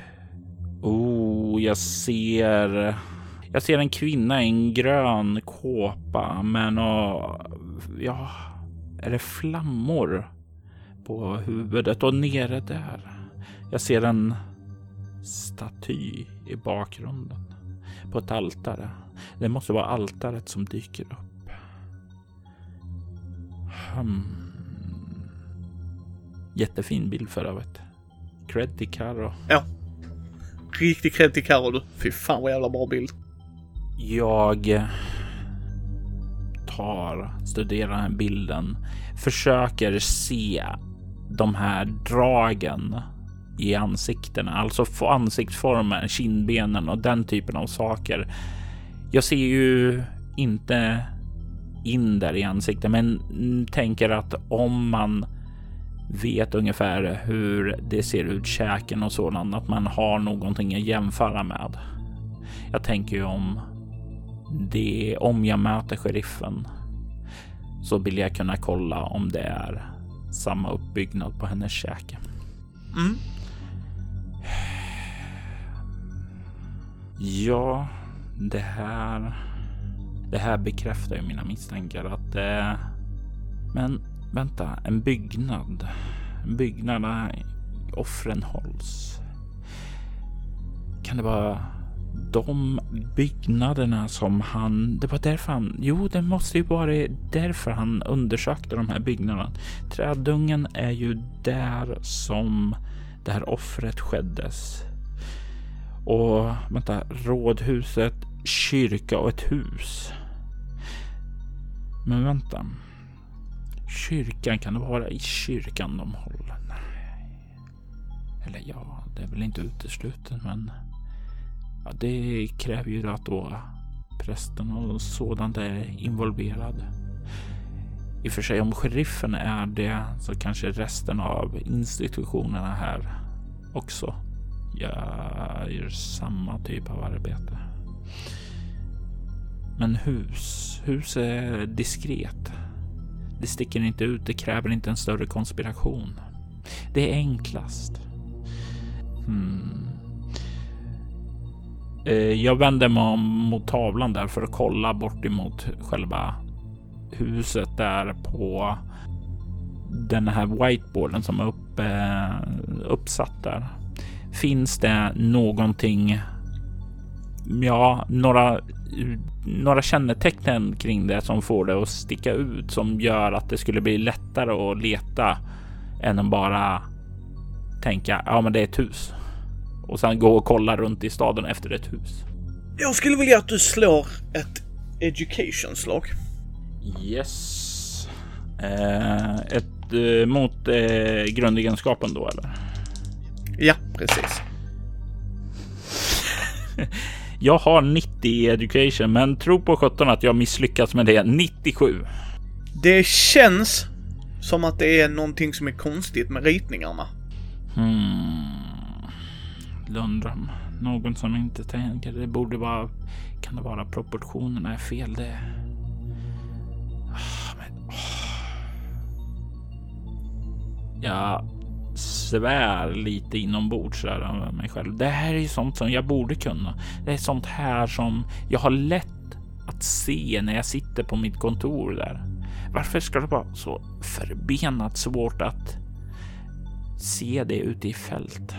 Jag ser en kvinna i en grön kåpa med är det flammor på huvudet och nere där. Jag ser en staty i bakgrunden på ett altare. Det måste vara altaret som dyker upp. Jättefin bild för övrigt. Cred till Karo. Ja. Riktigt cred till Karo, du. Fy fan vad jävla bra bild. Jag studerar den här bilden. Försöker se de här dragen i ansiktena. Alltså få ansiktsformen, kindbenen och den typen av saker. Jag ser ju inte in där i ansiktet, men tänker att om man vet ungefär hur det ser ut, käken och sådant, att man har någonting att jämföra med. Jag tänker ju om jag möter sheriffen så vill jag kunna kolla om det är samma uppbyggnad på hennes käke. Ja, det här bekräftar ju mina misstankar att men vänta, en byggnad där offren hålls. Kan det vara de byggnaderna som det var därför det måste ju vara därför han undersökte de här byggnaderna. Trädungen är ju där som det här offret skeddes. Och vänta, rådhuset, kyrka och ett hus. Men vänta. Kyrkan, kan det vara i kyrkan de håller? Eller ja, det är väl inte uteslutet, men ja, det kräver ju att då prästen och sådant är involverad. I och för sig, om sheriffen är det så kanske resten av institutionerna här också gör samma typ av arbete. Men hus är diskret. Det sticker inte ut, det kräver inte en större konspiration. Det är enklast. Jag vänder mig mot tavlan där för att kolla bort emot själva huset där på den här whiteboarden som är uppsatt där. Finns det någonting, några kännetecken kring det som får det att sticka ut, som gör att det skulle bli lättare att leta än att bara tänka, ja men det är ett hus, och sen gå och kolla runt i staden efter ett hus? Jag skulle vilja att du slår ett education-slag. Yes. Mot grundegenskapen då, eller? Ja, precis. Jag har 90 i education, men tro på 17 att jag misslyckats med det. 97. Det känns som att det är någonting som är konstigt med ritningarna. Lundrum. Någon som inte tänker. Det borde vara... Kan det vara proportionerna är fel? Det... Jag svär lite inombords över mig själv. Det här är ju sånt som jag borde kunna. Det är sånt här som jag har lätt att se när jag sitter på mitt kontor där. Varför ska det vara så förbenat svårt att se det ute i fält?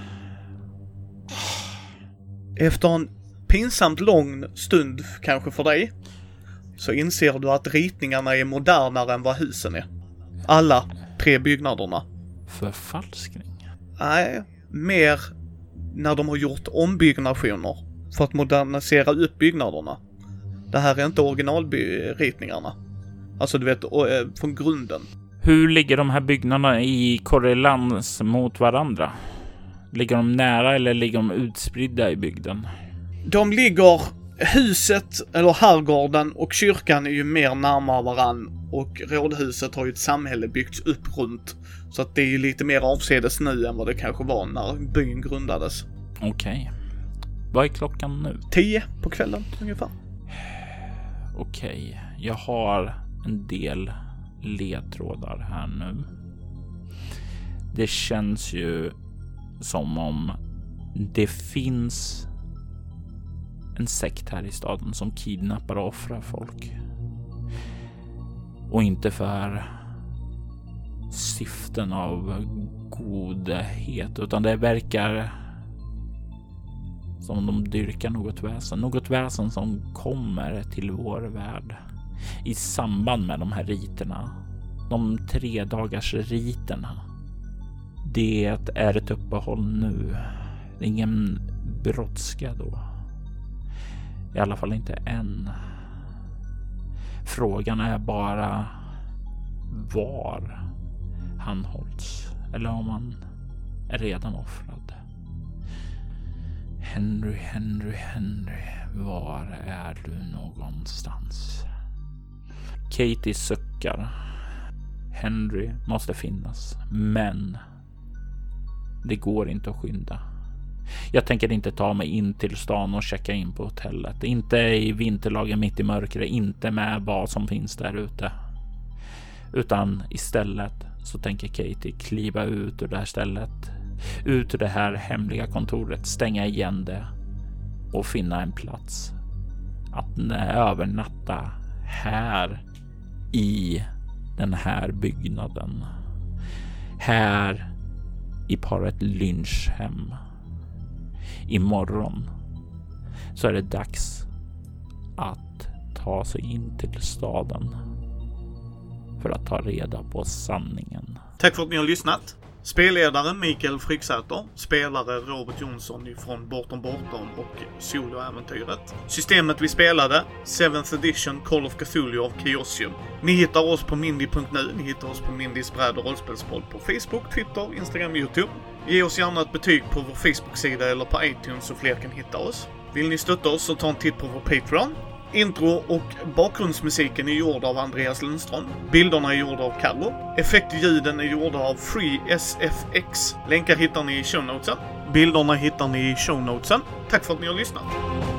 Efter en pinsamt lång stund kanske för dig, så inser du att ritningarna är modernare än vad husen är. Alla 3 byggnaderna. Förfalskning? Nej, mer när de har gjort ombyggnationer för att modernisera upp byggnaderna. Det här är inte originalritningarna. Alltså du vet, från grunden. Hur ligger de här byggnaderna i korrelans mot varandra? Ligger de nära eller ligger de utspridda i bygden? De ligger, huset eller herrgården och kyrkan är ju mer närmare varann, och rådhuset har ju ett samhälle byggts upp runt. Så att det är ju lite mer avsedes nu än vad det kanske var när byn grundades. Okej. Vad är klockan nu? 10 på kvällen ungefär. Okej. Jag har en del ledtrådar här nu. Det känns ju som om det finns en sekt här i staden som kidnappar och offrar folk. Och inte för syften av godhet, utan det verkar som de dyrkar något väsen som kommer till vår värld i samband med de här riterna, de 3 dagars riterna. Det är ett uppehåll nu. Det är ingen brådska då. I alla fall inte än. Frågan är bara var han hålls, eller om han är redan offrad. Henry, var är du någonstans? Katie suckar. Henry måste finnas, men det går inte att skynda. Jag tänker inte ta mig in till stan och checka in på hotellet. Inte i vinterlagen mitt i mörkret, inte med vad som finns där ute. Utan istället så tänker Katie kliva ut ur det här stället. Ut ur det här hemliga kontoret, stänga igen det och finna en plats att övernatta här i den här byggnaden. Här i paret Lynchhem. Imorgon så är det dags att ta sig in till staden för att ta reda på sanningen. Tack för att ni har lyssnat. Spelledare Mikael Fryksäter, spelare Robert Jonsson från Bortom och Soloäventyret. Systemet vi spelade, 7th edition Call of Cthulhu av Chaosium. Ni hittar oss på mindy.nu, ni hittar oss på Mindys bräd- och rollspelspodd på Facebook, Twitter, Instagram, YouTube. Ge oss gärna ett betyg på vår Facebook-sida eller på iTunes så fler kan hitta oss. Vill ni stötta oss så ta en titt på vår Patreon. Intro och bakgrundsmusiken är gjord av Andreas Lundström. Bilderna är gjorda av Carlo. Effektljuden är gjorda av FreeSFX. Länkar hittar ni i shownotesen. Bilderna hittar ni i shownotesen. Tack för att ni har lyssnat.